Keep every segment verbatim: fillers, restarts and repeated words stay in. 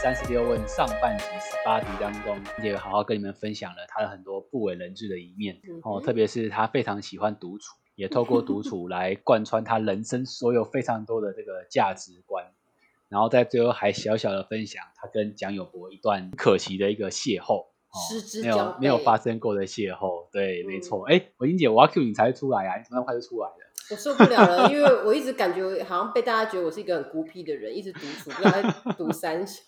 三十六问上半集十八题当中，也好好跟你们分享了他的很多不为人知的一面、嗯哦、特别是他非常喜欢独处，也透过独处来贯穿他人生所有非常多的这个价值观，然后在最后还小小的分享他跟蒋友柏一段可惜的一个邂逅， 失之没有没有发生过的邂逅，对，嗯、没错。哎，文英姐，我要 cue 你才会出来啊，你怎么那么快就出来了？ 我受不了了，因为我一直感觉好像被大家觉得我是一个很孤僻的人，一直独处，不知道在独三小。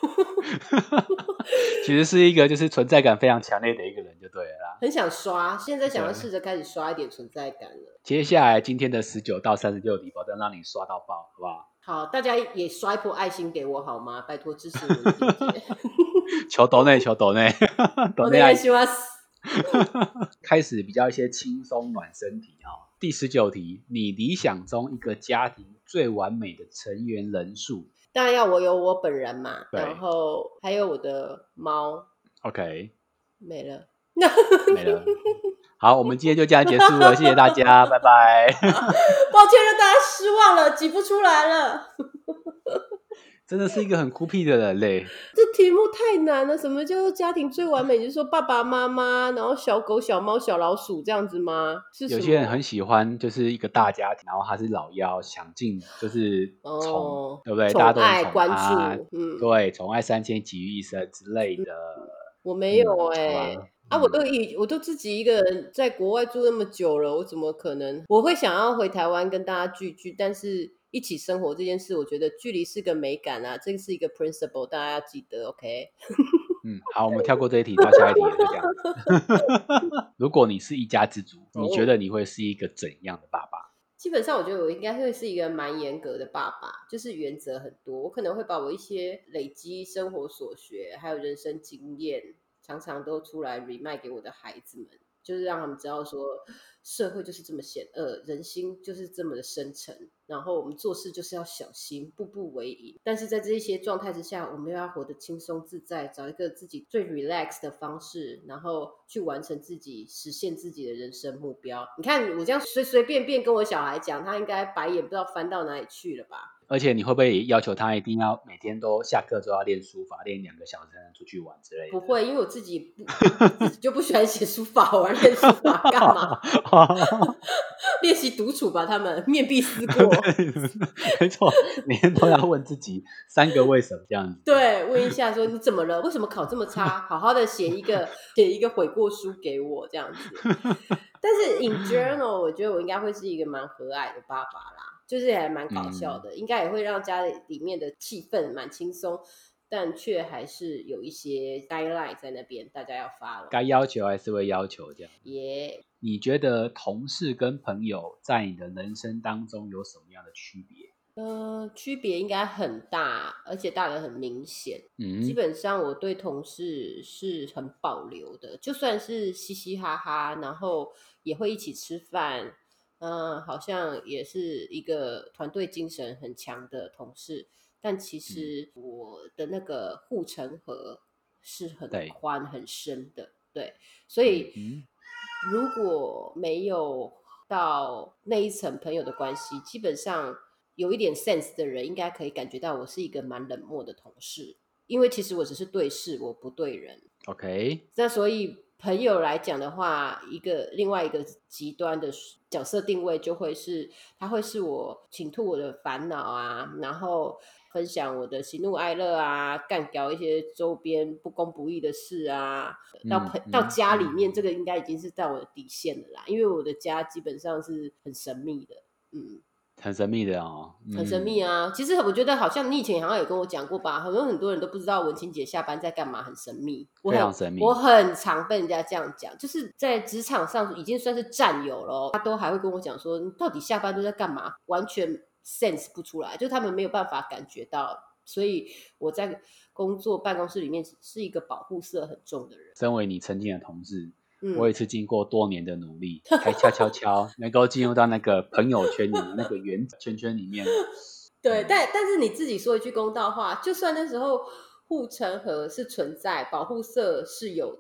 其实是一个就是存在感非常强烈的一个人就对了啦。 很想刷，现在想要试着开始刷一点存在感了。 接下来今天的十九到三十六题，保证让你刷到爆，好不好？ 好，大家也刷一波爱心给我好吗？拜托支持我一点点。 求抖内，求抖内， 抖内爱心。 开始比较一些轻松暖身题哈。第十九题，你理想中一个家庭最完美的成员人数？ 当然要我有我本人嘛，然后还有我的猫。 OK， 没了， 没了。好，我们今天就这样结束了，谢谢大家，拜拜。 抱歉让大家失望了，挤不出来了。 真的是一个很孤僻的人类。 这题目太难了，什么叫做家庭最完美？就是说爸爸妈妈，然后小狗、小猫、小老鼠这样子吗？是什么？ 有些人很喜欢，就是一个大家庭，然后他是老幺，想尽就是宠、哦，对不对？大家都很宠关他， 注，嗯， 对，宠爱三千，集于一身之类的。嗯、 我没有哎、欸。嗯啊，我都以我都自己一个人在国外住那么久了，我怎么可能？我会想要回台湾跟大家聚聚，但是一起生活这件事，我觉得距离是个美感啊，这是一个 principle， 大家要记得 ，OK？ 嗯，好，我们跳过这一题，到下一题了，就这样子。如果你是一家之主，你觉得你会是一个怎样的爸爸？ 基本上，我觉得我应该会是一个蛮严格的爸爸，就是原则很多。我可能会把我一些累积生活所学，还有人生经验。常常都出来 remind 给我的孩子们，就是让他们知道说社会就是这么险恶，人心就是这么的深沉，然后我们做事就是要小心，步步为营。但是在这些状态之下，我们又要活得轻松自在，找一个自己最 relax 的方式，然后去完成自己，实现自己的人生目标。你看我这样随随便便跟我小孩讲，他应该白眼不知道翻到哪里去了吧。 而且你会不会要求他一定要每天都下课之后要练书法，练两个小时才能出去玩之类的？ 不会，因为我自己不自己就不喜欢写书法，我要练书法干嘛？练习独处吧，他们面壁思过。 没错，每天都要问自己三个为什么这样子。 对，问一下说你怎么了？为什么考这么差？好好的写一个写一个悔过书给我这样子。但是 in general， 我觉得我应该会是一个蛮和蔼的爸爸啦。就是还蛮搞笑的、嗯、应该也会让家里面的气氛蛮轻松，但却还是有一些 guideline 在那边，大家要发了， 该要求还是会要求这样。 耶、yeah 你觉得同事跟朋友在你的人生当中有什么样的区别？ 呃，区别应该很大，而且大得很明显。嗯，基本上我对同事是很保留的，就算是嘻嘻哈哈，然后也会一起吃饭。嗯，好像也是一个团队精神很强的同事，但其实我的那个护城河是很宽很深的， 对， 对，所以、嗯、如果没有到那一层朋友的关系，基本上有一点 sense 的人应该可以感觉到我是一个蛮冷漠的同事，因为其实我只是对事，我不对人。 OK， 那所以朋友来讲的话，一个另外一个极端的角色定位就会是，他会是我倾吐我的烦恼啊，然后分享我的喜怒哀乐啊，干搞一些周边不公不义的事啊，到朋、嗯、到家里面、嗯、这个应该已经是在我的底线了啦，因为我的家基本上是很神秘的。嗯， 很神秘的哦、嗯、 很神秘啊。其实我觉得好像你以前好像有跟我讲过吧，很多很多人都不知道文清姐下班在干嘛，很神秘。我很非常神秘， 我很常被人家这样讲，就是在职场上已经算是战友了，他都还会跟我讲说你到底下班都在干嘛，完全 sense 不出来，就他们没有办法感觉到。所以我在工作办公室里面是一个保护色很重的人。 身为你曾经的同事、嗯、我也是经过多年的努力才悄悄悄能够进入到那个朋友圈里面那个圆圈圈里面。 对，但但是你自己说一句公道话，就算那时候护城河是存在，保护色是有的，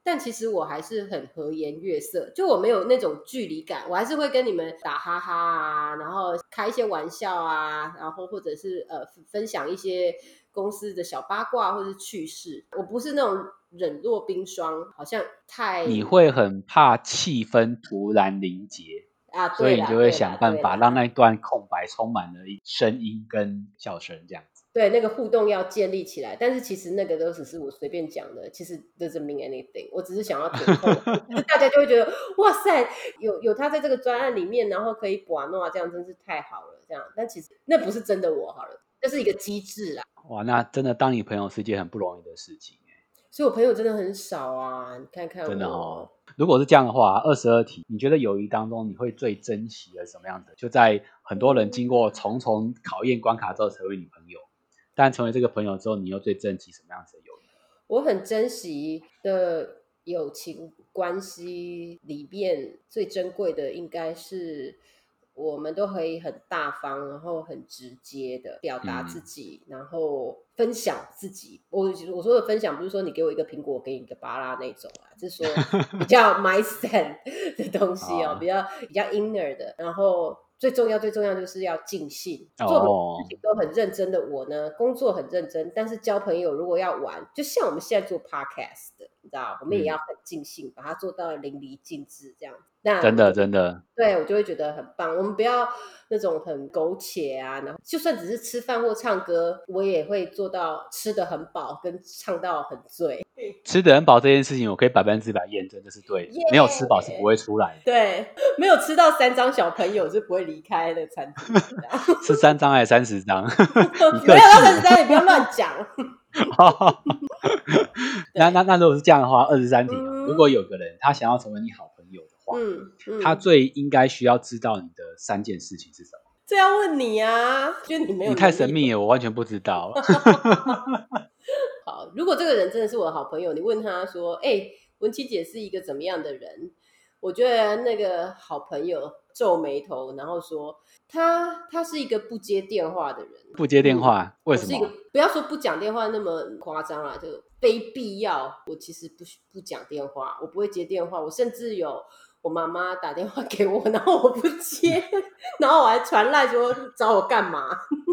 但其实我还是很和颜悦色，就我没有那种距离感，我还是会跟你们打哈哈啊，然后开一些玩笑啊，然后或者是呃分享一些公司的小八卦或是趣事。我不是那种冷若冰霜，好像太你会很怕气氛突然凝结， 啊， 所以你就会对啦对想办啦对啦， 法让那一段空白充满了声音跟笑声这样子。 对，那个互动要建立起来，但是其实那个都只是我随便讲的，其实 doesn't mean anything。我只是想要填空，可是大家就会觉得哇塞，有有他在这个专案里面，然后可以把诺，这样真是太好了。这样，但其实那不是真的我好了，这是一个机制啦。 哇，那真的当你朋友是一件很不容易的事情。 所以我朋友真的很少啊，你看看我。 真的哦，如果是这样的话，二十二题，你觉得友谊当中你会最珍惜的什么样的？就在很多人经过重重考验关卡之后成为你朋友，但成为这个朋友之后，你又最珍惜什么样子的友谊？ 我很珍惜的友情关系里面最珍贵的应该是我们都可以很大方，然后很直接的表达自己，嗯、然后分享自己。我我说的分享不是说你给我一个苹果，我给你一个芭拉那种啊，是说比较 mindset 的东西哦，比较比较 inner 的，然后。最重要最重要就是要尽兴，做很多事情都很认真的我呢，工作很认真，但是交朋友如果要玩，就像我们现在做 podcast 的，你知道，我们也要很尽兴，把它做到淋漓尽致这样子。那真的真的， 对我就会觉得很棒。我们不要那种很苟且啊，然后就算只是吃饭或唱歌，我也会做到吃得很饱，跟唱到很醉。 吃得很饱这件事情，我可以百分之百验证，这是对的。Yeah! 没有吃饱是不会出来的。 对，没有吃到三张小朋友是不会离开的餐厅。 是三张还是三十张？ 没有到三十张，你不要乱讲。 那那那如果是这样的话，二十三题、哦嗯、如果有个人他想要成为你好朋友的话，嗯嗯、他最应该需要知道你的三件事情是什么？ 这要问你啊，就你没有， 你太神秘了，我完全不知道。 好，如果这个人真的是我的好朋友，你问他说：“哎、欸，文琪姐是一个怎么样的人？”我觉得那个好朋友皱眉头，然后说：“他他是一个不接电话的人， 不接电话，嗯、为什么？ 我是一个不要说不讲电话那么夸张啦，就非必要，我其实不不讲电话，我不会接电话，我甚至有。”我妈妈打电话给我，然后我不接，然后我还传赖说找我干嘛？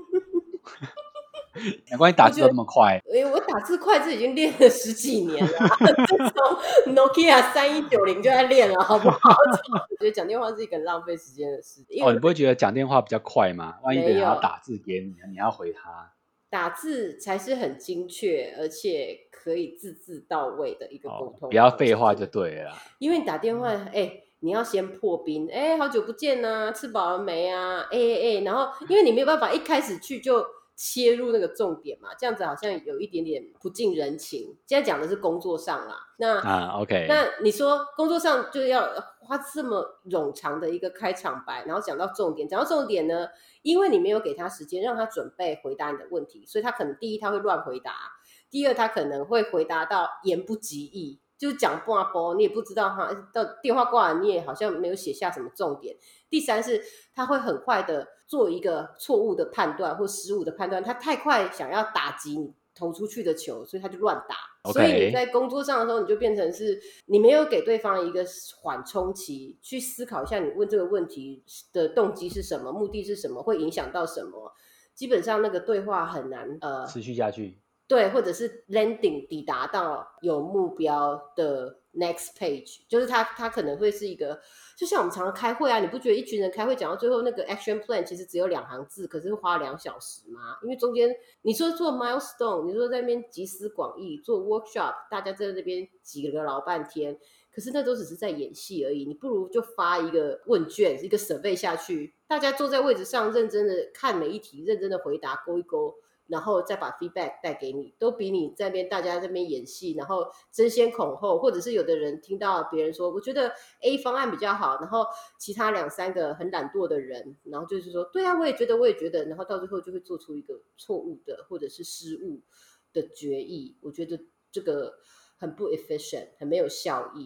难怪你打字都那么快。 哎，我打字快字已经练了十几年了，从 Nokia 三一九零就在练了，好不好？我觉得讲电话是一个很浪费时间的事。 哦，你不会觉得讲电话比较快吗？万一等他打字给你，你要回他。 打字才是很精确，而且可以字字到位的一个沟通、哦。 不要废话就对了啦。 因为你打电话，哎、欸，你要先破冰，哎、欸，好久不见啊，吃饱了没啊？哎、欸、哎、欸，然后因为你没有办法一开始去就切入那个重点嘛，这样子好像有一点点不近人情。现在讲的是工作上啦，那啊 OK， 那你说工作上就要花这么冗长的一个开场白，然后讲到重点，讲到重点呢？因为你没有给他时间让他准备回答你的问题，所以他可能第一他会乱回答，第二他可能会回答到言不及义，就是讲半波，你也不知道他到电话挂了，你也好像没有写下什么重点。第三是他会很快的做一个错误的判断或失误的判断，他太快想要打击你投出去的球，所以他就乱打。Okay. 所以你在工作上的时候，你就变成是你没有给对方一个缓冲期，去思考一下你问这个问题的动机是什么，目的是什么，会影响到什么。基本上那个对话很难呃持续下去。 对，或者是 landing 抵达到有目标的 next page， 就是他他可能会是一个，就像我们常常开会啊，你不觉得一群人开会讲到最后那个 action plan 其实只有两行字，可是花两小时吗？因为中间你说做 milestone， 你说在那边集思广益，做 workshop， 大家在那边挤了老半天，可是那都只是在演戏而已。你不如就发一个问卷，一个 survey 下去，大家坐在位置上认真的看每一题，认真的回答，勾一勾。然后再把 feedback 带给你，都比你在那边大家在那边演戏，然后争先恐后，或者是有的人听到别人说，我觉得 A 方案比较好，然后其他两三个很懒惰的人，然后就是说，对啊，我也觉得，我也觉得，然后到最后就会做出一个错误的或者是失误的决议。我觉得这个很不 efficient， 很没有效益。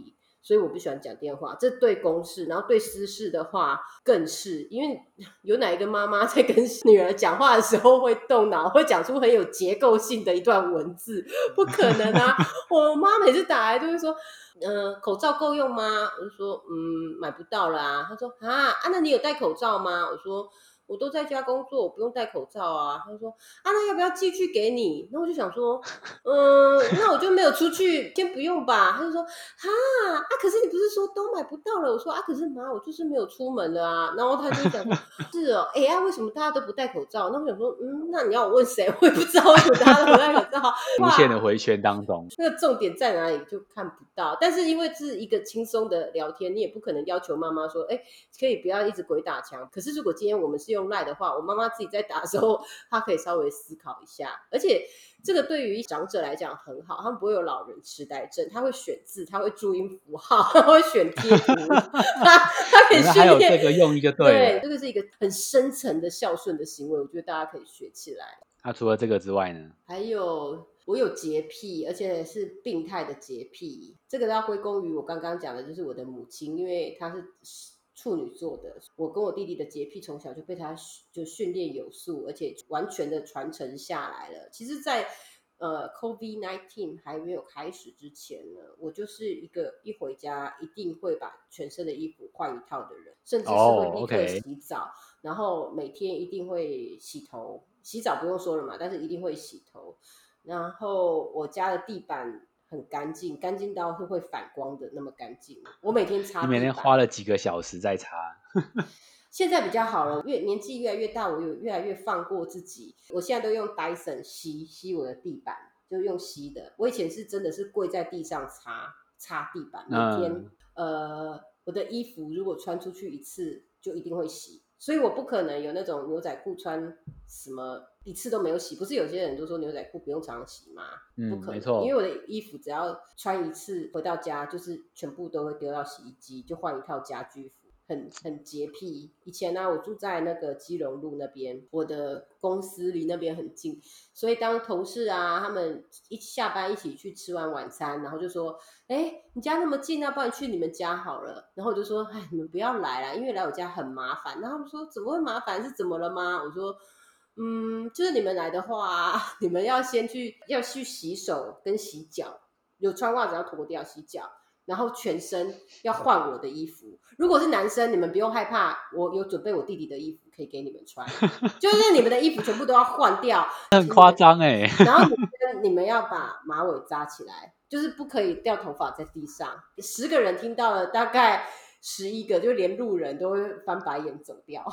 所以我不喜欢讲电话，这对公事，然后对私事的话更是，因为有哪一个妈妈在跟女儿讲话的时候会动脑，会讲出很有结构性的一段文字？不可能啊！我妈每次打来都会说，呃，口罩够用吗？我就说，嗯，买不到了啊。她说，啊，啊，那你有戴口罩吗？我说，我都在家工作，我不用戴口罩啊。他说啊，那要不要寄去给你？那我就想说，嗯，那我就没有出去，先不用吧。他就说，哈啊，可是你不是说都买不到了？我说啊，可是妈，我就是没有出门了啊。然后他就讲说，是哦，哎呀、啊，为什么大家都不戴口罩？那我想说，嗯，那你要我问谁？我也不知道为什么大家都不戴口罩。 无限的回圈当中， 那个重点在哪里就看不到。但是因为是一个轻松的聊天，你也不可能要求妈妈说，哎，可以不要一直鬼打墙。可是如果今天我们是用 LINE 的话，我妈妈自己在打的时候，她可以稍微思考一下。而且这个对于长者来讲很好，他们不会有老人痴呆症，他会选字，他会注音符号，他会选贴图，他他可以训练。 还有这个用意就对了。 对，这个是一个很深层的孝顺的行为，我觉得大家可以学起来。 那、啊、除了这个之外呢？ 还有我有洁癖，而且是病态的洁癖，这个要归功于我刚刚讲的，就是我的母亲，因为她是处女座的，我跟我弟弟的洁癖从小就被她就训练有素，而且完全的传承下来了。其实在呃 COVID 十九 还没有开始之前呢，我就是一个一回家一定会把全身的衣服换一套的人，甚至是会立刻洗澡、oh, okay. 然后每天一定会洗头，洗澡不用说了嘛，但是一定会洗头。然后我家的地板很干净，干净到是会反光的那么干净。我每天擦地板， 你每天花了几个小时在擦？ 现在比较好了，越年纪越来越大，我有越来越放过自己。我现在都用 Dyson 吸吸我的地板，就用吸的。我以前是真的是跪在地上擦擦地板，每天、嗯、呃，我的衣服如果穿出去一次，就一定会洗。所以我不可能有那种牛仔裤穿什么一次都没有洗，不是有些人都说牛仔裤不用常洗吗？ 嗯， 不可能， 没错， 因为我的衣服只要穿一次回到家，就是全部都会丢到洗衣机，就换一套家居服。很很洁癖。以前呢、啊，我住在那个基隆路那边，我的公司离那边很近，所以当同事啊他们一下班一起去吃完晚餐，然后就说，哎，你家那么近啊，不然去你们家好了。然后我就说，哎，你们不要来啦，因为来我家很麻烦。然后他们说，怎么会麻烦？是怎么了吗？我说，嗯，就是你们来的话，你们要先去要去洗手跟洗脚，有穿袜子要脱掉洗脚。然后全身要换我的衣服，如果是男生，你们不用害怕，我有准备我弟弟的衣服可以给你们穿，就是你们的衣服全部都要换掉， 很夸张哎。 然后你们要把马尾扎起来，就是不可以掉头发在地上。十个人听到了，大概十一个，就连路人都会翻白眼走掉。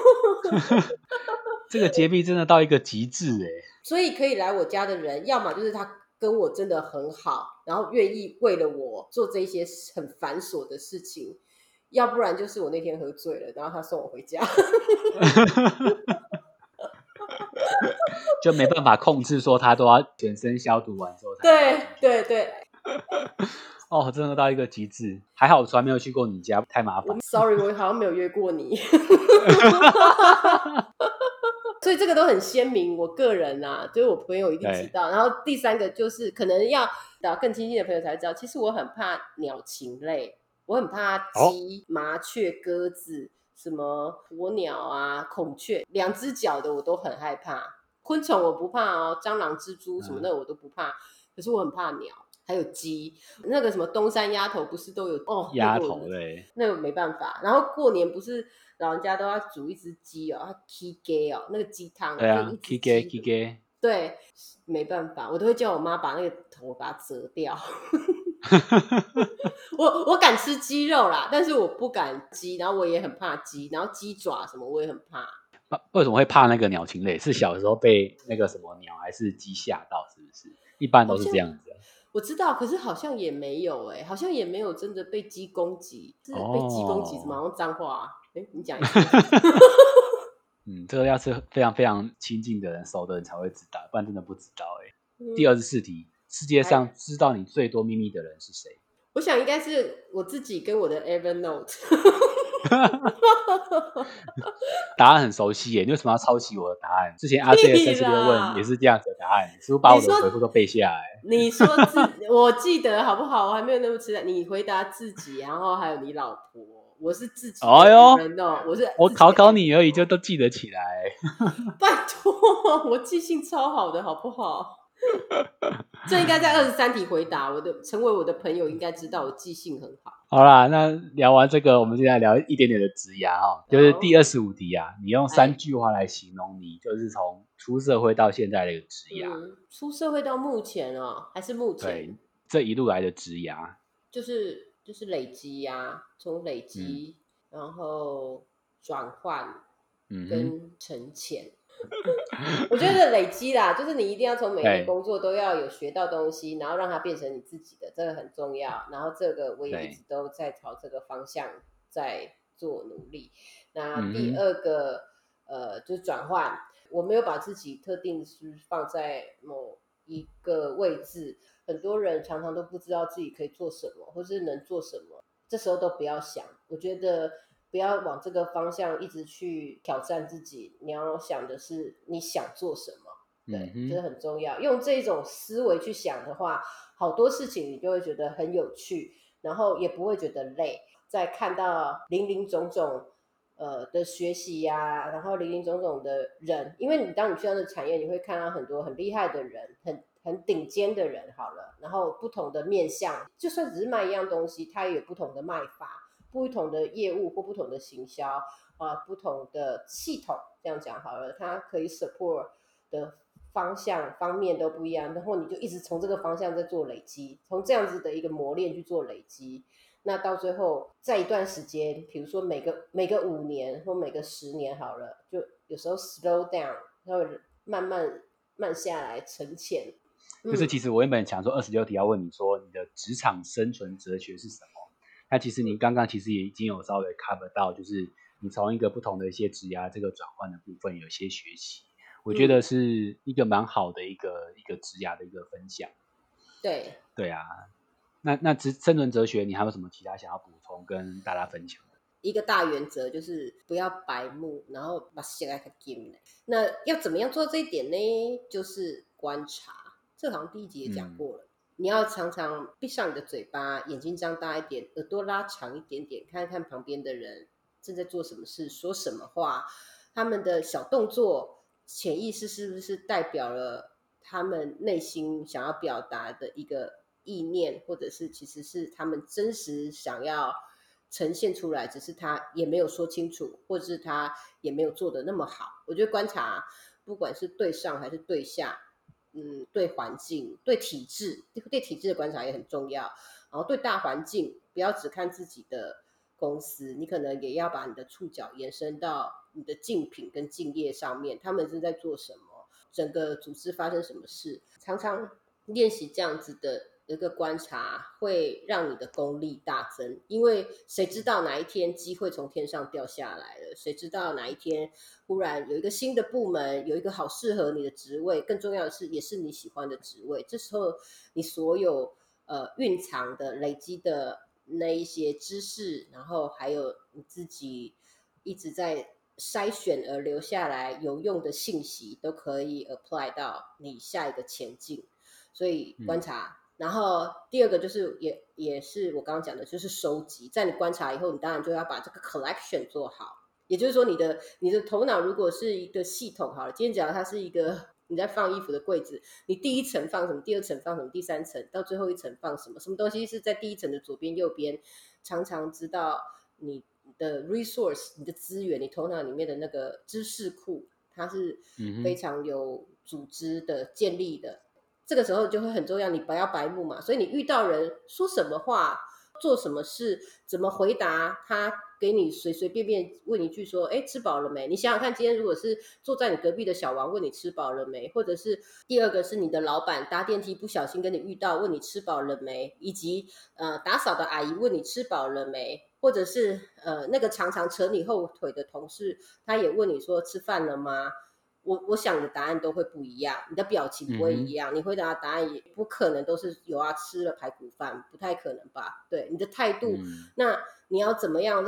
这个洁癖真的到一个极致哎。 所以可以来我家的人，要么就是他跟我真的很好，然后愿意为了我做这些很繁琐的事情，要不然就是我那天喝醉了，然后他送我回家。 就没办法控制说他都要全身消毒完之后才。 对对对。 哦，真的到一个极致。还好我从来没有去过你家，太麻烦。 Sorry， 我好像没有约过你。所以这个都很鲜明，我个人啊，就是我朋友一定知道。然后第三个就是可能要更亲近的朋友才知道，其实我很怕鸟禽类，我很怕鸡、哦、麻雀、鸽子，什么鸵鸟啊、孔雀，两只脚的我都很害怕。昆虫我不怕哦，蟑螂、蜘蛛什么的我都不怕，嗯、可是我很怕鸟。还有鸡，那个什么东山鸭头不是都有哦？ 鸭头对， 那个没办法。然后过年不是老人家都要煮一只鸡哦，要 K G 哦，那个鸡汤， 对啊 ，K G K G， 对，没办法，我都会叫我妈把那个头把它折掉。我我敢吃鸡肉啦，但是我不敢鸡，然后我也很怕鸡，然后鸡爪什么我也很怕。 为什么会怕那个鸟禽类？是小时候被那个什么鸟还是鸡吓到？是不是？一般都是这样子。 我知道，可是好像也没有哎、欸，好像也没有真的被鸡攻击，是被鸡攻击，怎么好像脏话、啊？哎、欸，你讲一下。 嗯，这个要是非常非常亲近的人、熟的人才会知道，不然真的不知道哎、欸嗯。第二十四题，世界上知道你最多秘密的人是谁？ 我想应该是我自己跟我的 Evernote。 答案很熟悉耶，你为什么要抄袭我的答案？之前阿 J 的三十六问也是这样子的答案，你是不是把我的回复都背下来？ 你说自，我记得好不好？我还没有那么迟。你回答自己，然后还有你老婆，我是自己的人哦， 哎、 我是我考考你而已，就都记得起来。 拜托，我记性超好的，好不好？这应该在二十三题回答。我的成为我的朋友应该知道我记性很好。 好啦，那聊完这个，我们现在聊一点点的职涯哈，就是第二十五题啊，你用三句话来形容你就是从出社会到现在的一个职涯。 嗯，出社会到目前哦，还是目前？ 对，这一路来的职涯， 就是就是累积呀、啊，从累积、嗯、然后转换，跟沉潜。我觉得累积啦，就是你一定要从每一个工作都要有学到东西，然后让它变成你自己的，这个很重要。然后这个我也一直都在朝这个方向在做努力。那第二个、嗯、呃，就是转换，我没有把自己特定是放在某一个位置。很多人常常都不知道自己可以做什么，或是能做什么，这时候都不要想。我觉得不要往这个方向一直去挑战自己，你要想的是你想做什么，对，嗯、这很重要。用这种思维去想的话，好多事情你就会觉得很有趣，然后也不会觉得累。在看到林林总总呃的学习呀、啊，然后林林总总的人，因为你当你去到这个产业，你会看到很多很厉害的人，很很顶尖的人，好了，然后不同的面向，就算只是卖一样东西，它也有不同的卖法。不同的业务或不同的行销啊，不同的系统，这样讲好了，它可以 support 的方向方面都不一样，然后你就一直从这个方向在做累积，从这样子的一个磨练去做累积，那到最后在一段时间，比如说每个每个五年或每个十年好了，就有时候 slow down， 然后慢慢慢下来沉潜。 就是其实我原本想说二十六题要问你说你的职场生存哲学是什么？那其实你刚刚其实也已经有稍微 cover 到，就是你从一个不同的一些职涯这个转换的部分有些学习，我觉得是一个蛮好的一个一个职涯的一个分享。 对， 对啊，那那生存哲学你还有什么其他想要补充跟大家分享的？ 一个大原则就是不要白目，然后把写在个 game。那要怎么样做这一点呢？就是观察。这好像第一集也讲过了。嗯，你要常常闭上你的嘴巴，眼睛张大一点，耳朵拉长一点点，看看旁边的人正在做什么事，说什么话，他们的小动作，潜意识是不是代表了他们内心想要表达的一个意念，或者是其实是他们真实想要呈现出来，只是他也没有说清楚，或者是他也没有做得那么好。我觉得观察，不管是对上还是对下，嗯，对环境、对体制，对体制的观察也很重要。然后对大环境，不要只看自己的公司，你可能也要把你的触角延伸到你的竞品跟竞业上面，他们是在做什么，整个组织发生什么事，常常练习这样子的一个观察，会让你的功力大增。因为谁知道哪一天机会从天上掉下来了，谁知道哪一天忽然有一个新的部门，有一个好适合你的职位，更重要的是也是你喜欢的职位，这时候你所有呃蕴藏的累积的那一些知识，然后还有你自己一直在筛选而留下来有用的信息，都可以 apply 到你下一个前进。所以观察、嗯、然后第二个就是也也是我刚刚讲的，就是收集。在你观察以后，你当然就要把这个 collection 做好。也就是说，你的你的头脑如果是一个系统好了，今天讲它是一个你在放衣服的柜子，你第一层放什么，第二层放什么，第三层到最后一层放什么，什么东西是在第一层的左边右边，常常知道你的 resource， 你的资源，你头脑里面的那个知识库，它是非常有组织的建立的。这个时候就会很重要，你不要白目嘛。所以你遇到人说什么话，做什么事，怎么回答他，给你随随便便问一句说，哎，吃饱了没？你想想看，今天如果是坐在你隔壁的小王问你吃饱了没，或者是第二个是你的老板搭电梯不小心跟你遇到问你吃饱了没，以及呃打扫的阿姨问你吃饱了没，或者是呃那个常常扯你后腿的同事，他也问你说吃饭了吗？我我想你的答案都会不一样，你的表情不会一样，嗯、你回答的答案也不可能都是有啊吃了排骨饭，不太可能吧？对，你的态度，嗯、那你要怎么样让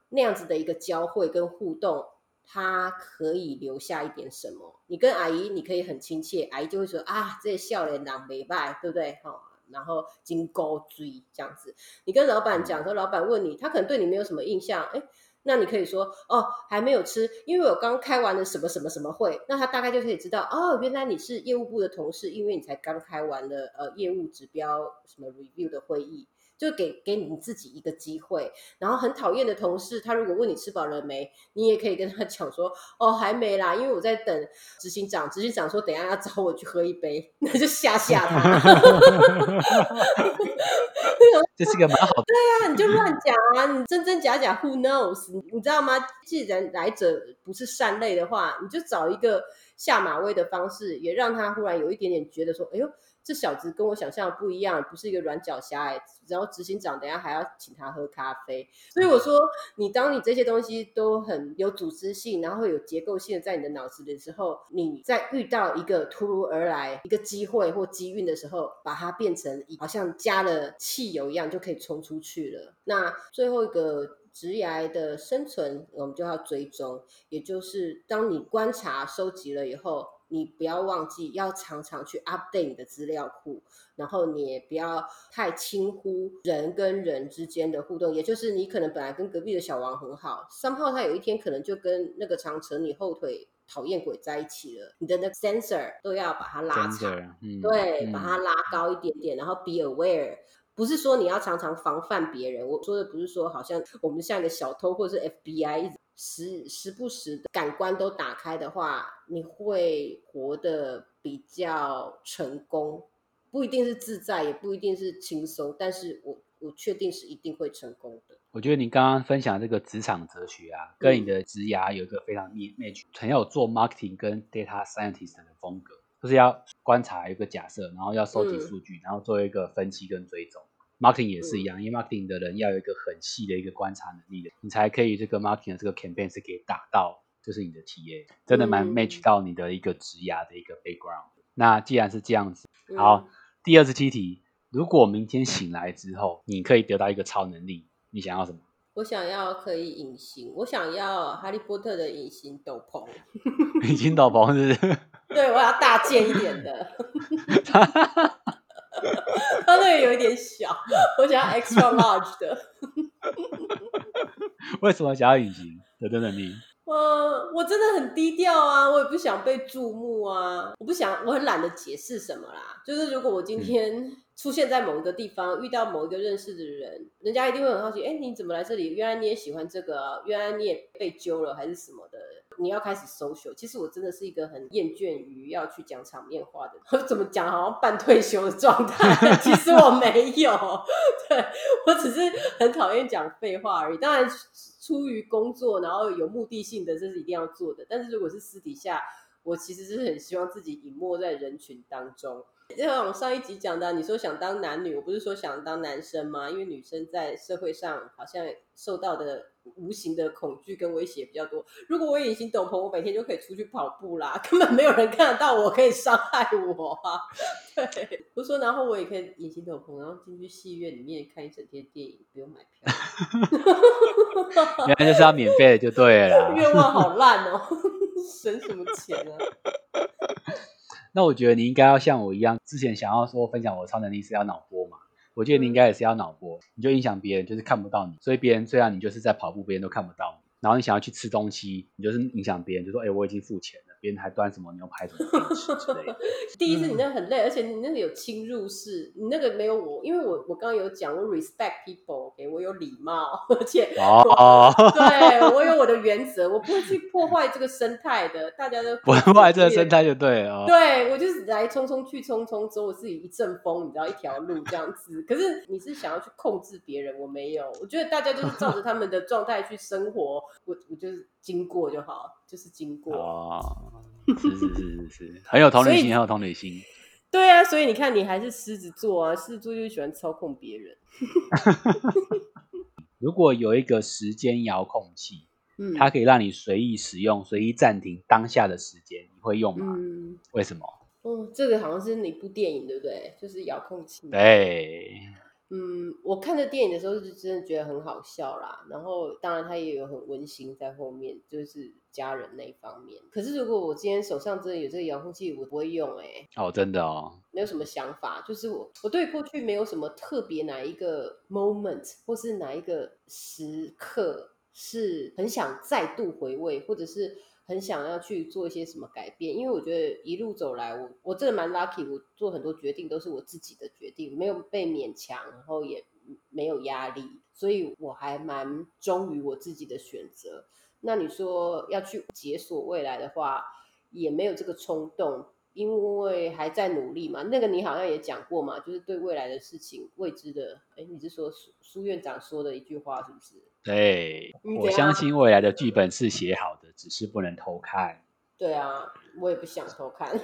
那样子的一个交汇跟互动，它可以留下一点什么。你跟阿姨你可以很亲切，阿姨就会说啊，这少年人没歹，对不对？哦，然后金钩追这样子。你跟老板讲说，老板问你，他可能对你没有什么印象，哎，那你可以说哦，还没有吃，因为我刚开完了什么什么什么会，那他大概就可以知道哦，原来你是业务部的同事，因为你才刚开完了呃业务指标什么 review 的会议。就给给你自己一个机会，然后很讨厌的同事，他如果问你吃饱了没，你也可以跟他讲说，哦，还没啦，因为我在等执行长，执行长说等一下要找我去喝一杯，那就吓吓他。 这是个蛮好的。 对啊，你就乱讲啊，你真真假假 ，Who knows？ 你, 你知道吗？既然来者不是善类的话，你就找一个下马威的方式，也让他忽然有一点点觉得说，哎呦。这小子跟我想象的不一样，不是一个软脚虾哎。然后执行长等一下还要请他喝咖啡，所以我说，你当你这些东西都很有组织性，然后有结构性的在你的脑子的时候，你在遇到一个突如而来一个机会或机运的时候，把它变成好像加了汽油一样，就可以冲出去了。那最后一个。职涯的生存，我们就要追踪，也就是当你观察收集了以后，你不要忘记要常常去 update 你的资料库，然后你也不要太轻忽人跟人之间的互动，也就是你可能本来跟隔壁的小王很好，somehow他有一天可能就跟那个常扯你后腿讨厌鬼在一起了，你的那个 sensor 都要把它拉长，嗯、对、嗯，把它拉高一点点，然后 be aware。不是说你要常常防范别人，我说的不是说好像我们像一个小偷或者是 F B I 一直时时不时的感官都打开的话，你会活得比较成功，不一定是自在，也不一定是轻松，但是我我确定是一定会成功的。 我觉得你刚刚分享这个职场哲学啊，跟你的职涯有一个非常 match，很有做 marketing 跟 data scientist 的风格。就是要观察一个假设，然后要收集数据、嗯、然后做一个分析跟追踪。marketing 也是一样、嗯、因为 marketing 的人要有一个很细的一个观察能力的，你才可以这个 marketing 的这个 campaign 是可以打到就是你的 T A， 真的蛮 match 到你的一个职涯的一个 background、嗯、那既然是这样子，好、嗯、第二十七题，如果明天醒来之后你可以得到一个超能力，你想要什么？ 我想要可以隐形，我想要哈利波特的隐形斗篷。 隐形斗篷是不是？ 对，我要大件一点的。他那个有一点小，我想要 extra large 的。 为什么想要隐形的能力？ 呃，我真的很低调啊，我也不想被注目啊，我不想，我很懒得解释什么啦。就是如果我今天出现在某一个地方，遇到某一个认识的人，人家一定会很好奇，哎，你怎么来这里？原来你也喜欢这个啊，原来你也被揪了还是什么的。你要开始 social， 其实我真的是一个很厌倦于要去讲场面话的，我怎么讲好像半退休的状态，其实我没有，对，我只是很讨厌讲废话而已。当然出于工作然后有目的性的，这是一定要做的，但是如果是私底下，我其实是很希望自己隐没在人群当中。就像我上一集讲的，你说想当男女，我不是说想当男生吗？因为女生在社会上好像受到的无形的恐惧跟威胁比较多。如果我有隐形斗篷，我每天就可以出去跑步啦，根本没有人看得到我，可以伤害我啊。对，我说，然后我也可以隐形斗篷，然后进去戏院里面看一整天电影，不用买票。 原来就是要免费的就对了啦。 愿望好烂哦，省什么钱啊？ 那我觉得你应该要像我一样，之前想要说分享我的超能力是要脑波嘛，我觉得你应该也是要脑波，你就影响别人就是看不到你，所以别人虽然你就是在跑步，别人都看不到你，然后你想要去吃东西，你就是影响别人，就说哎、欸、我已经付钱了，别人还端什么牛排什么给你吃之类的。 第一是你那个很累，而且你那个有侵入式，你那个没有我，因为我我刚刚有讲我 respect people， okay? 我有礼貌，而且哦，对我有我的原则，我不会去破坏这个生态的，大家都破坏这个生态就对了、哦。 对，我就是来匆匆去匆匆，走我自己一阵风，你知道一条路这样子。可是你是想要去控制别人，我没有，我觉得大家就是照着他们的状态去生活，我我就是经过就好，就是经过。 哦，是是是是是，很有同理心，很有同理心。 对啊，所以你看，你还是狮子座啊，狮子座就喜欢操控别人。 如果有一个时间遥控器，嗯，它可以让你随意使用、随意暂停当下的时间，你会用吗？嗯，为什么？ 哦，这个好像是哪部电影对不对？就是遥控器。 对， 嗯，我看的电影的时候是真的觉得很好笑啦，然后当然它也有很温馨在后面，就是家人那一方面。可是如果我今天手上真的有这个遥控器，我不会用哎、欸， 哦，真的哦， 没有什么想法，就是我我对过去没有什么特别哪一个 moment 或是哪一个时刻是很想再度回味，或者是很想要去做一些什么改变。因为我觉得一路走来，我我真的蛮 lucky，我做很多决定都是我自己的决定，没有被勉强，然后也没有压力，所以我还蛮忠于我自己的选择。那你说要去解锁未来的话，也没有这个冲动，因为还在努力嘛。那个你好像也讲过嘛，就是对未来的事情未知的。哎，你是说苏苏院长说的一句话是不是？ 对，我你怎样？ 相信未来的剧本是写好的，只是不能偷看。 对啊，我也不想偷看。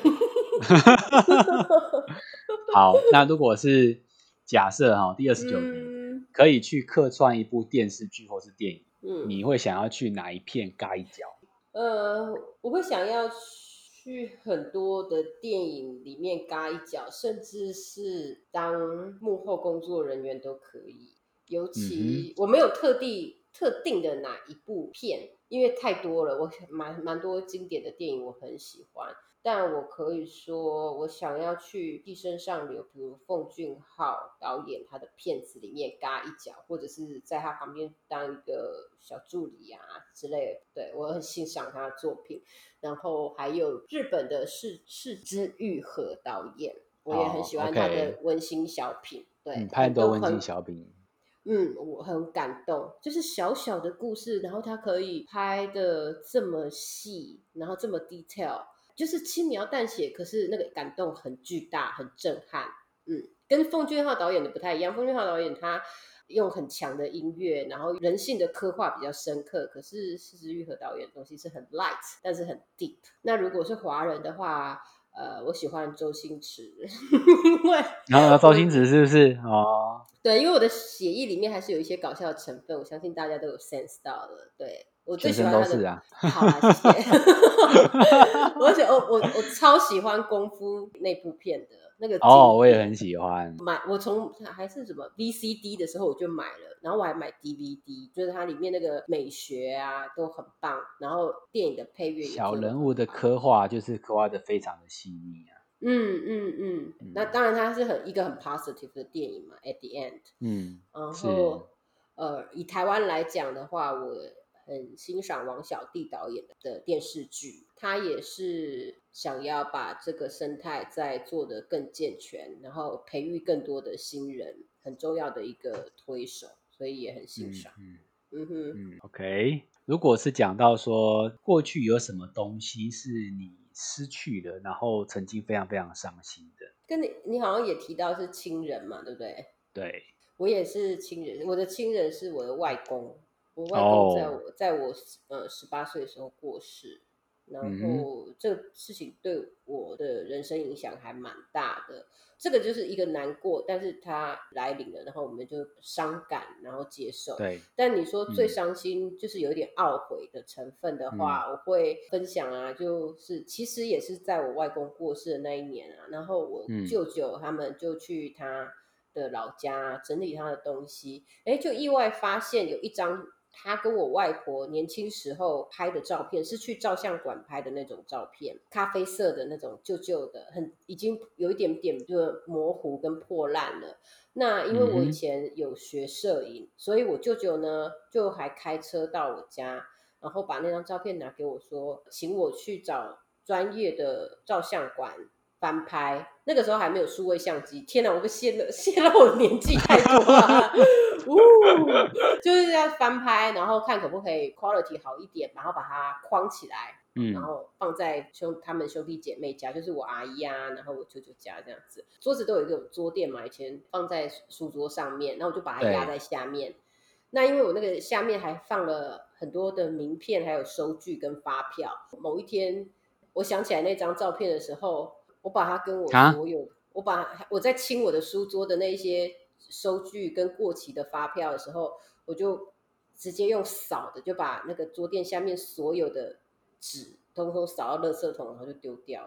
好，那如果是假设哈，第二十九题嗯可以去客串一部电视剧或是电影， 嗯， 你会想要去哪一片嘎一脚？ 呃，我会想要去很多的电影里面嘎一脚，甚至是当幕后工作人员都可以。尤嗯哼， 其我没有特地特定的哪一部片，因为太多了，我蛮蛮多经典的电影我很喜欢。但我可以说，我想要去《寄生上流》，比如奉俊昊导演他的片子里面嘎一脚，或者是在他旁边当一个小助理啊之类的。对，我很欣赏他的作品。然后还有日本的是是之愈合导演，我也很哦喜欢他的 ，OK， 温馨小品。 嗯， 对， 拍很多温馨很都很小品， 嗯，我很感动，就是小小的故事，然后他可以拍的这么细，然后这么 detail，就是轻描淡写，可是那个感动很巨大，很震撼。嗯，跟奉俊昊导演的不太一样，奉俊昊导演他用很强的音乐，然后人性的刻画比较深刻，可是施之玉和导演的东西是很 light，但是很 deep。那如果是华人的话，呃，我喜欢周星驰，因为然后周我星驰是不是？哦， 对，因为我的血液里面还是有一些搞笑的成分，我相信大家都有 sense 到了。对，我最全身喜欢他的， 都是啊。 好啦，谢谢。而且我我我超喜欢功夫那部片的那个哦， 经典， 我也很喜欢。 买我从还是什么 V C D 的时候我就买了，然后我还买 D V D，就是它里面那个美学啊都很棒，然后电影的配乐也小做得人物的很好。 刻画就是刻画的非常的细腻啊。 嗯嗯嗯，那嗯当然它是很一个很 positive 的电影嘛，at the end。 嗯， 然是。 后呃，以台湾来讲的话，我很欣赏王小弟导演的电视剧，他也是想要把这个生态再做得更健全，然后培育更多的新人，很重要的一个推手，所以也很欣赏。 嗯嗯嗯哼， 嗯，OK。如果是讲到说过去有什么东西是你失去了，然后曾经非常非常伤心的， 跟你你好像也提到是亲人嘛，对不对？ 对， 我也是亲人，我的亲人是我的外公，我外公在哦， 我在我呃十八岁的时候过世，然嗯哼， 后这个事情对我的人生影响还蛮大的。这个就是一个难过，但是它来临了，然后我们就伤感，然后接受。 对， 但你说最嗯伤心，就是有一点懊悔的成分的嗯话，我会分享啊，就是其实也是在我外公过世的那一年啊，然后我嗯舅舅他们就去他的老家整理他的东西，哎，就意外发现有一张他跟我外婆年轻时候拍的照片，是去照相馆拍的那种照片，咖啡色的那种旧旧的，很已经有一点点就模糊跟破烂了。那因为我以嗯哼， 前有学摄影，所以我舅舅呢就还开车到我家，然后把那张照片拿给我说，请我去找专业的照相馆翻拍。那个时候还没有数位相机，天哪，我被泄了泄露我年纪太多了。呜，就是要翻拍，然后看可不可以 quality 好一点，然后把它框起来，然嗯后放在兄他们兄弟姐妹家，就是我阿姨啊，然后我舅舅家这样子。桌子都有一个桌垫嘛，以前放在书桌上面，然后我就把它压对， 在下面。那因为我那个下面还放了很多的名片，还有收据跟发票。某一天，我想起来那张照片的时候，我把它跟我啊， 所有，我把我在清我的书桌的那些收据跟过期的发票的时候，我就直接用扫的，就把那个桌垫下面所有的纸通通扫到垃圾桶，然后就丢掉了。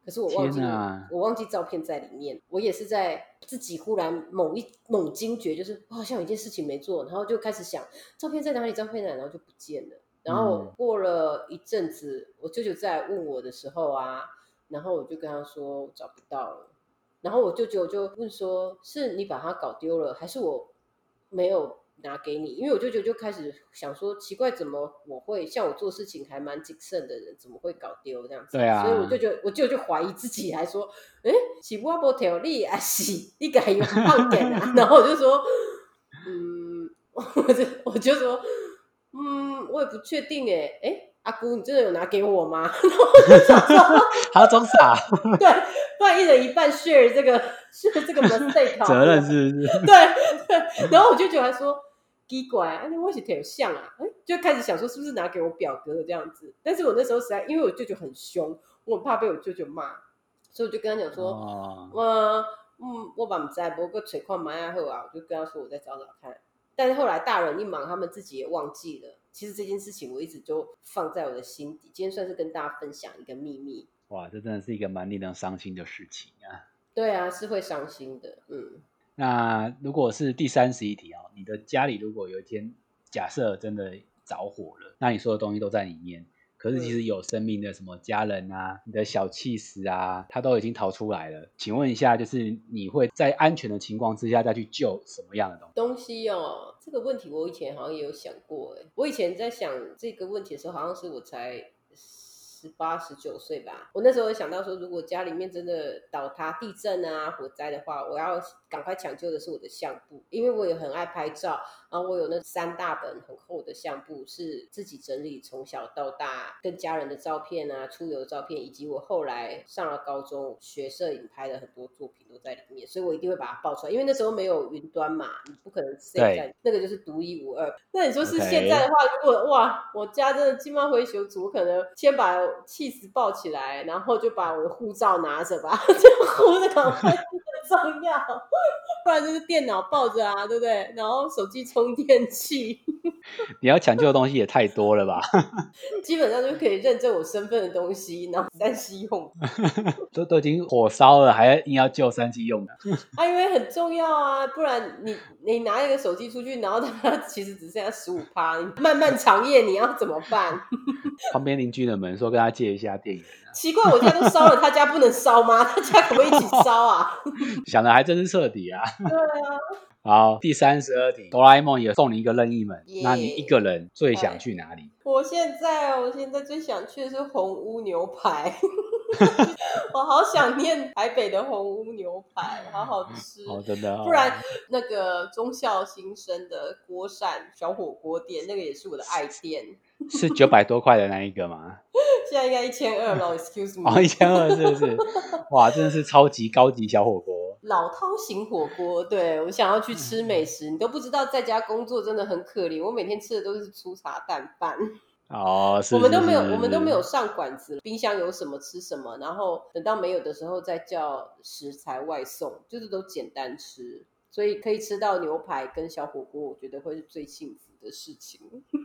可是我忘记了，我忘记照片在里面。我也是在自己忽然猛一猛惊觉，就是我好像有一件事情没做，然后就开始想照片在哪里，照片在哪里，然后就不见了。然后过了一阵子，我舅舅在问我的时候啊，然后我就跟他说我找不到了。然后我舅舅就问说：“是你把它搞丢了，还是我没有拿给你？”因为我舅舅就开始想说，奇怪，怎么我会像我做事情还蛮谨慎的人，怎么会搞丢这样子？ 对啊， 所以我舅舅我舅舅怀疑自己，还说：“哎，是我没条理还是你给用放点啊？”然后我就说：“嗯，我就我就说，嗯，我也不确定哎，哎。”阿姑，你真的有拿给我吗？然后我就想说， 还要装傻， 对，不然一人一半 share 这个 share 这个 mistake 责任是不是？ 对对，然后我舅舅还说奇怪，啊，你我是挺像啊，就开始想说是不是拿给我表哥这样子。但是我那时候实在因为我舅舅很凶，我很怕被我舅舅骂，所以我就跟他讲说，哦、我嗯，我把不知道，不过找看买好啊，我就跟他说我再找找看。但是后来大人一忙，他们自己也忘记了。其实这件事情我一直就放在我的心底，今天算是跟大家分享一个秘密。 哇，这真的是一个蛮令人伤心的事情啊。 对啊，是会伤心的。嗯， 那如果是第三十一题哦，你的家里如果有一天假设真的着火了，那你所有东西都在里面，可是其实有生命的什么家人啊，你的小气死啊，他都已经逃出来了。请问一下，就是你会在安全的情况之下再去救什么样的东西？ 东西哦，这个问题我以前好像也有想过哎。我以前在想这个问题的时候，好像是我才十八、十九岁吧。我那时候想到说，如果家里面真的倒塌、地震啊、火灾的话，我要赶快抢救的是我的相簿，因为我也很爱拍照。然后我有那三大本很厚的相簿，是自己整理从小到大跟家人的照片啊、出游的照片，以及我后来上了高中学摄影拍的很多作品都在里面，所以我一定会把它爆出来，因为那时候没有云端嘛，你不可能 save 在那个，就是独一无二。那你说是现在的话， okay. 如果哇，我家真的金毛回修组，我可能先把气死抱起来，然后就把我的护照拿着吧，这样护着赶快很重要。不然就是电脑抱着啊，对不对？然后手机充电器， 你要抢救的东西也太多了吧？ 基本上就可以认证我身份的东西，然后三 C 用都都已经火烧了，还硬要救三 C 用的啊，因为很重要啊，不然你你拿一个手机出去，然后它其实只剩下十五趴，你漫漫长夜你要怎么办？ 旁边邻居的门说跟他借一下电源、啊， 奇怪，我家都烧了，他家不能烧吗？他家可不可以一起烧啊？ 想的还真是彻底啊！ 对啊。 好，第三十二题，哆啦 A 梦也送你一个任意门， yeah, 那你一个人最想去哪里？ 我现在我现在最想去的是红屋牛排，我好想念台北的红屋牛排，好好吃哦，真的、哦。 不然那个忠孝新生的锅膳小火锅店，那个也是我的爱店。 是九百多块的那一个吗？ 现在应该一千二了 ，excuse me。 哦，一千二是不是？哇，真的是超级高级小火锅。 老饕型火锅，对，我想要去吃美食，你都不知道在家工作真的很可怜。我每天吃的都是粗茶淡饭。 哦，是我们都没有，我们都没有上馆子，冰箱有什么吃什么，然后等到没有的时候再叫食材外送，就是都简单吃，所以可以吃到牛排跟小火锅，我觉得会是最幸福的事情。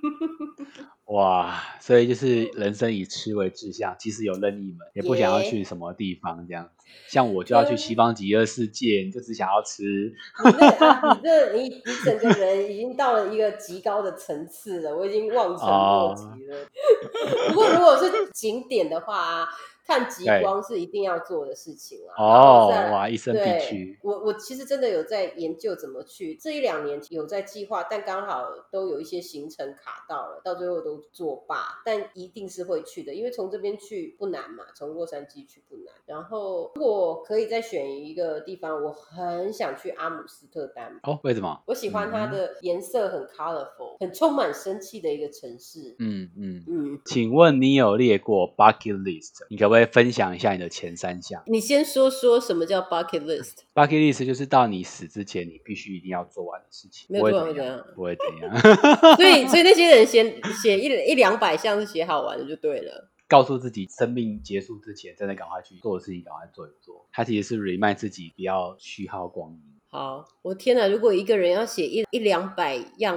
哇，所以就是人生以吃为志向，即使有任意门，也不想要去什么地方这样子。像我就要去西方极乐世界，你就只想要吃。 你这啊，你这你你整个人已经到了一个极高的层次了，我已经望尘莫及了。哦、不过如果是景点的话，看极光是一定要做的事情啊！ 哦，哇，一生必去。 我我其实真的有在研究怎么去，这一两年有在计划，但刚好都有一些行程卡到了，到最后都作罢。但一定是会去的，因为从这边去不难嘛，从洛杉矶去不难。然后如果可以再选一个地方，我很想去阿姆斯特丹。 哦，为什么？ 我喜欢它的颜色很 colorful，、嗯、很充满生气的一个城市。 嗯嗯嗯。请问你有列过 bucket list？ 你可不可以分享一下你的前三项？ 你先说说什么叫 bucket list。bucket list 就是到你死之前，你必须一定要做完的事情。 没有做完会怎样？ 不会怎样。 所以，所以那些人写写一一两百项是写好玩的就对了。 告诉自己生命结束之前，真的赶快去做的事情，赶快做一做。它其实是 remind 自己不要虚耗光阴。 好，我天哪！如果一个人要写一一两百样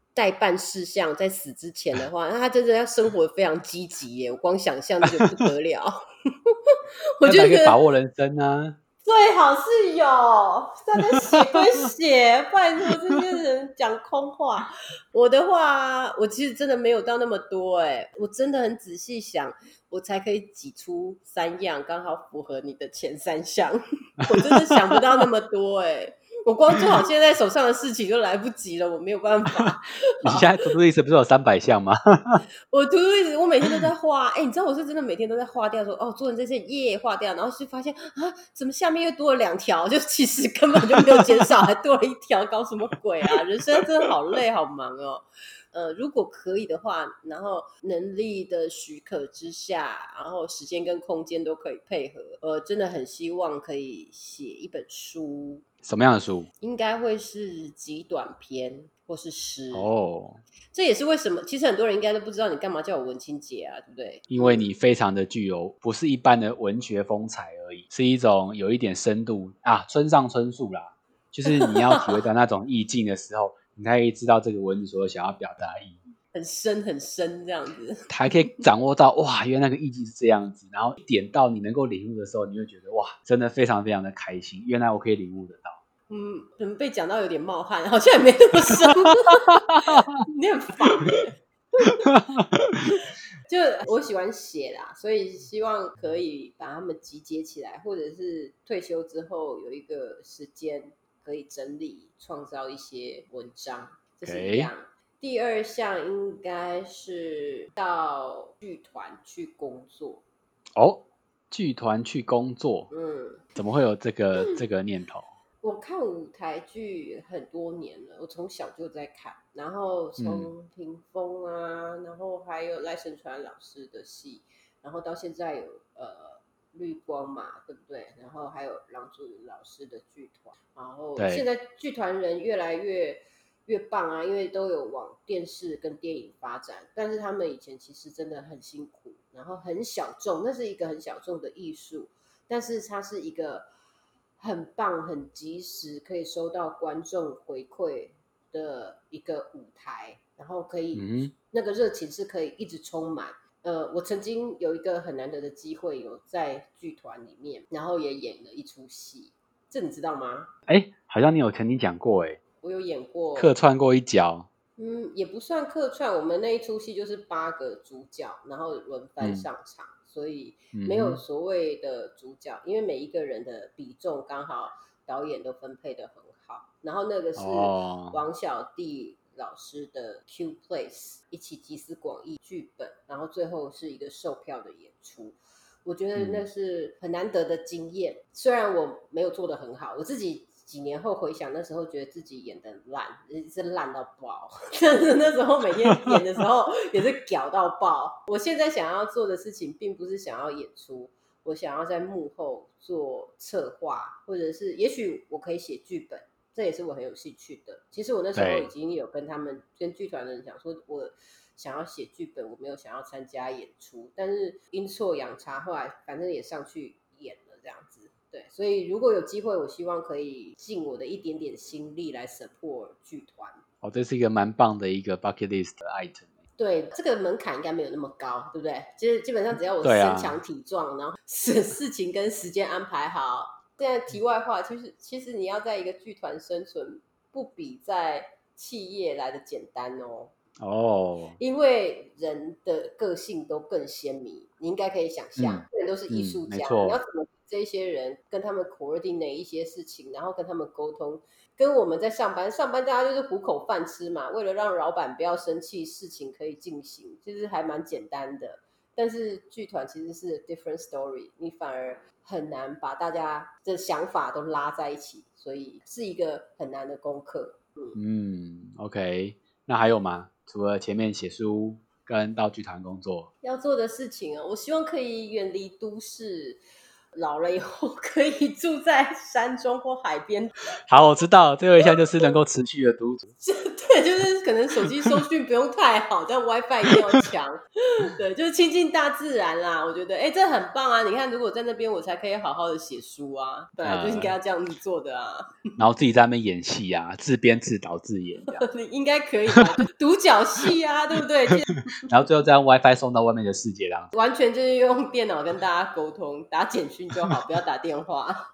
代办事项在死之前的话，那他真的要生活非常积极耶，我光想象就不得了。 我就觉得把握人生啊， 最好是有，大家写归写，拜托这些人讲空话。我的话，我其实真的没有到那么多哎，我真的很仔细想，我才可以挤出三样，刚好符合你的前三项。我真的想不到那么多哎。我光做好现在手上的事情就来不及了，我没有办法。 你现在 to do list 不是有三百项吗？ 我 to do list 我每天都在画，哎、欸，你知道我是真的每天都在画掉说，哦，做成这些耶画掉，然后就发现啊，怎么下面又多了两条？就其实根本就没有减少，还多了一条，搞什么鬼啊？人生真的好累好忙哦。呃，如果可以的话，然后能力的许可之下，然后时间跟空间都可以配合，呃，真的很希望可以写一本书。 什么样的书？ 应该会是极短篇或是诗哦。 这也是为什么，其实很多人应该都不知道你干嘛叫我文青姐啊，对不对？ 因为你非常的具有不是一般的文学风采而已，是一种有一点深度啊，村上春树啦，就是你要体会到那种意境的时候，你才可以知道这个文字所想要表达的意义， 很深很深这样子， 还可以掌握到哇，原来那个意境是这样子，然后一点到你能够领悟的时候，你会觉得哇，真的非常非常的开心，原来我可以领悟得到。 嗯，可能被讲到有点冒汗，好像也没那么深，你很烦欸就我喜欢写啦，所以希望可以把它们集结起来，或者是退休之后有一个时间可以整理创造一些文章，这是一样。Okay. 第二项应该是到剧团去工作。 哦，剧团去工作， 嗯，怎么会有这个这个念头？ 我看舞台剧很多年了，我从小就在看，然后从屏风啊、嗯，然后还有赖声川老师的戏，然后到现在有呃绿光嘛，对不对？然后还有郎祖筠老师的剧团，然后现在剧团人越来越越棒啊，因为都有往电视跟电影发展，但是他们以前其实真的很辛苦，然后很小众，那是一个很小众的艺术，但是它是一个很棒很及时可以收到观众回馈的一个舞台，然后可以、嗯、那个热情是可以一直充满。呃，我曾经有一个很难得的机会有在剧团里面，然后也演了一出戏，这你知道吗？ 哎，好像你有曾经讲过，哎， 我有演过客串过一角。 嗯，也不算客串，我们那一出戏就是八个主角，然后轮番上场、嗯、所以没有所谓的主角、嗯、因为每一个人的比重刚好导演都分配的很好，然后那个是王小弟老师的 Q Place 一起集思广益剧本，然后最后是一个售票的演出，我觉得那是很难得的经验、嗯、虽然我没有做得很好，我自己几年后回想，那时候觉得自己演得烂，是烂到爆。但是那时候每天演的时候也是屌到爆。我现在想要做的事情，并不是想要演出，我想要在幕后做策划，或者是也许我可以写剧本，这也是我很有兴趣的。其实我那时候已经有跟他们跟剧团的人讲说，我想要写剧本，我没有想要参加演出，但是阴错阳差，后来反正也上去演了这样子。对，所以如果有机会，我希望可以尽我的一点点心力来 support 剧团。 哦，这是一个蛮棒的一个 bucket list 的 item。 对，这个门槛应该没有那么高，对不对？就是基本上只要我身强体壮，啊、然后事情跟时间安排好。现在题外话，其实其实你要在一个剧团生存，不比在企业来的简单哦。 哦， 因为人的个性都更鲜明，你应该可以想象，人、嗯、都是艺术家、嗯，你要怎么这些人跟他们 coordinate 一些事情，然后跟他们沟通，跟我们在上班，上班大家就是糊口饭吃嘛，为了让老板不要生气，事情可以进行，其实还蛮简单的。但是剧团其实是 different story， 你反而很难把大家的想法都拉在一起，所以是一个很难的功课。嗯, 嗯 OK， 那还有吗？除了前面写书跟到剧团工作， 要做的事情啊，我希望可以远离都市，老了以后可以住在山中或海边。 好，我知道最后一项就是能够持续的独处。 对，就是可能手机收讯不用太好，但 WiFi 一定要强。对，就是亲近大自然啦。我觉得，哎、欸，这很棒啊！你看，如果在那边，我才可以好好的写书啊。本来就应该要这样子做的啊。 呃、然后自己在那边演戏啊，自编自导自演这样。 你应该可以吧？就独角戏啊，对不对？ 然后最后再用 WiFi 送到外面的世界啦。 完全就是用电脑跟大家沟通，打简讯就好，不要打电话。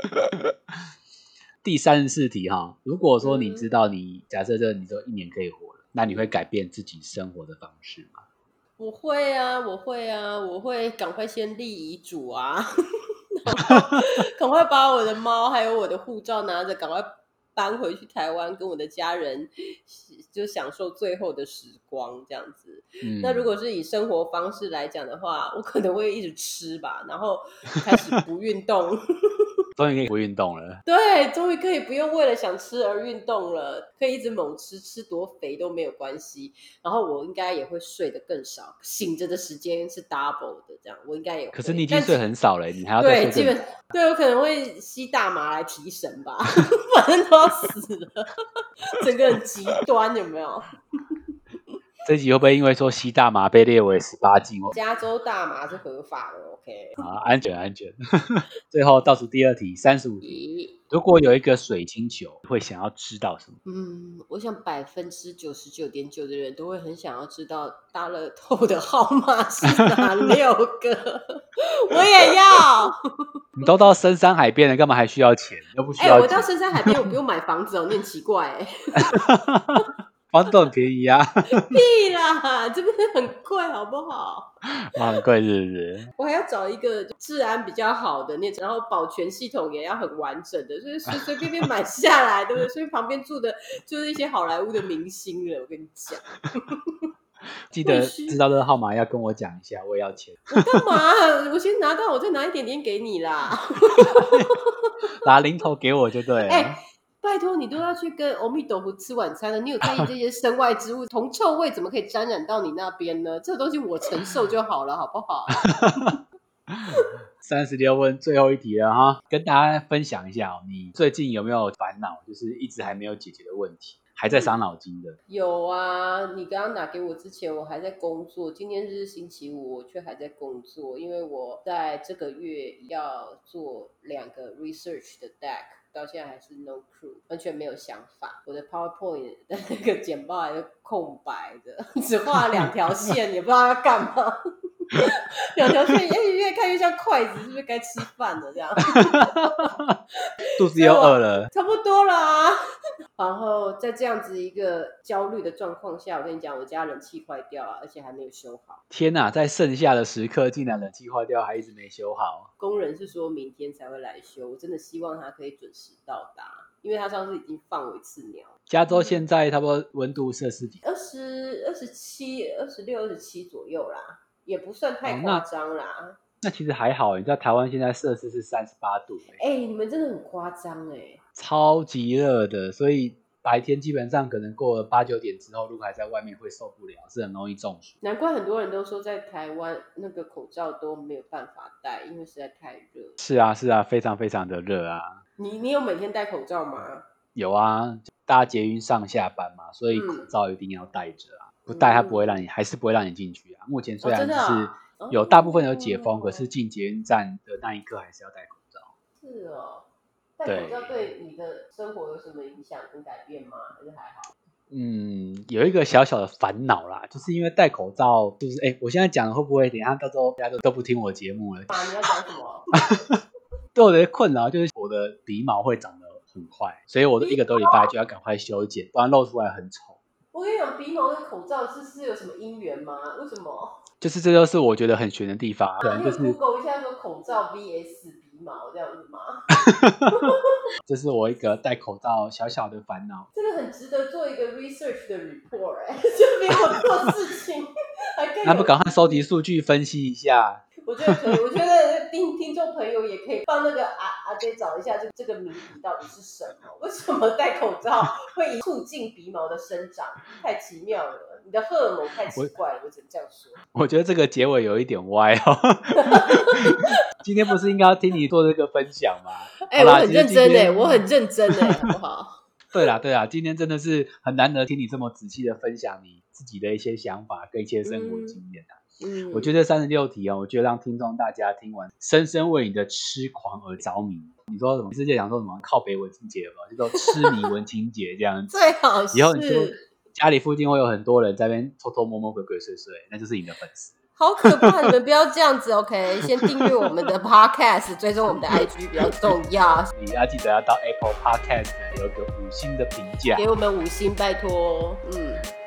第三十四题哈，如果说你知道你、嗯、假设这你只有一年可以活了，那你会改变自己生活的方式吗？ 我会啊，我会啊，我会赶快先立遗嘱啊，然后赶快把我的猫还有我的护照拿着，赶快搬回去台湾，跟我的家人就享受最后的时光这样子。嗯、那如果是以生活方式来讲的话，我可能会一直吃吧，然后开始不运动。 终于可以不运动了。 对，终于可以不用为了想吃而运动了，可以一直猛吃，吃多肥都没有关系。然后我应该也会睡得更少，醒着的时间是 double 的，这样我应该也会。 可是你已经睡很少了，你还要再睡更少。 对，基本对我可能会吸大麻来提神吧，反正都要死了，整个很极端，有没有？ 这集会不会因为说吸大麻被列为十八禁？ 加州大麻是合法的 ，OK？ 啊，安全安全。最后倒数第二题，三十五题。如果有一个水晶球，会想要知道什么？ 嗯，我想百分之九十九点九的人都会很想要知道大乐透的号码是哪六个。我也要。 你都到深山海边了，干嘛还需要钱？又不需要钱。 哎、欸，我到深山海边，我不用买房子哦，你很奇怪哎、欸。 房子都很便宜啊。 屁啦，这边很贵好不好？ 啊，很贵是不是？ 我还要找一个治安比较好的那种，然后保全系统也要很完整的，所以随随便便买下来，对不对？所以旁边住的就是一些好莱坞的明星了，我跟你讲。 记得知道这个号码要跟我讲一下，我也要钱。 我干嘛？我先拿到，我再拿一点点给你啦。 拿零头给我就对了。 欸，拜托你都要去跟阿弥陀佛吃晚餐了，你有在意这些身外之物，铜臭味怎么可以沾染到你那边呢？这东西我承受就好了，好不好？ 三十六问最后一题了哈，跟大家分享一下、哦、你最近有没有烦恼，就是一直还没有解决的问题，还在伤脑筋的、嗯？ 有啊，你刚刚打给我之前，我还在工作。今天是星期五，我却还在工作，因为我在这个月要做两个 research 的 deck。到现在还是 no clue， 完全没有想法。我的 PowerPoint 的那个简报还是空白的，只画了两条线，也不知道要干嘛。两条线越越看越像筷子，是不是该吃饭了？这样， 肚子又饿了， 差不多啦。然后在这样子一个焦虑的状况下，我跟你讲，我家冷气坏掉了，而且还没有修好。 天哪，在盛夏的时刻，竟然冷气坏掉，还一直没修好。 工人是说明天才会来修，我真的希望他可以准时到达，因为他上次已经放我一次鸟。 加州现在差不多温度摄氏几？ 二十二十七、二十六、二十七左右啦，也不算太夸张啦、哦那。那其实还好，你知道台湾现在摄氏是三十八度、欸， 哎、欸，你们真的很夸张哎， 超级热的，所以白天基本上可能过了八九点之后，如果还在外面会受不了，是很容易中暑。 难怪很多人都说在台湾那个口罩都没有办法戴，因为实在太热。 是啊，是啊，非常非常的热啊。 你你有每天戴口罩吗？ 有啊，搭捷运上下班嘛，所以口罩一定要戴着啊，嗯、不戴它不会让你，还是不会让你进去啊。目前虽然是有大部分有解封，哦、可是进捷运站的那一刻还是要戴口罩。 是哦。戴口罩对你的生活有什么影响跟改变吗？还是还好？ 嗯，有一个小小的烦恼啦，就是因为戴口罩，就是哎，我现在讲的会不会等一下到时候大家都都不听我节目了？ 啊，你要讲什么？ 对我的困扰就是我的鼻毛会长得很快，所以我的一个多礼拜就要赶快修剪，不然露出来很丑。 我跟你讲，鼻毛跟口罩是是有什么因缘吗？为什么？ 就是这就是我觉得很悬的地方。 啊，你有就是 Google 一下说口罩 V S 鼻毛这样子吗？ 这是我一个戴口罩小小的烦恼。 这个很值得做一个 research 的 report， 哎、欸，就比我做事情还更。 那不赶快收集数据分析一下？ 我觉得可以，我觉得听听众朋友也可以帮那个阿阿 J 找一下这这个谜底到底是什么？为什么戴口罩会促进鼻毛的生长？太奇妙了，你的荷尔蒙太奇怪了，我只能这样说。 我觉得这个结尾有一点歪哦。今天不是应该要听你做这个分享吗？ 哎、欸，我很认真哎，我很认真哎，好不好？ 对啦对啦，今天真的是很难得听你这么仔细的分享你自己的一些想法跟一些生活经验啊。嗯，我觉得三十六题哦，我觉得让听众大家听完，深深为你的痴狂而着迷。你说什么？世界讲说什么靠北文青节有没有？就说痴迷文青节这样子。 最好是以后你就家里附近会有很多人在那边偷偷摸摸、鬼鬼祟祟，那就是你的粉丝。 好可怕！你们不要这样子 ，OK？ 先订阅我们的 Podcast， 追踪我们的 I G 比较重要。 你要记得要到 Apple Podcast 有个五星的评价， 给我们五星，拜托。嗯。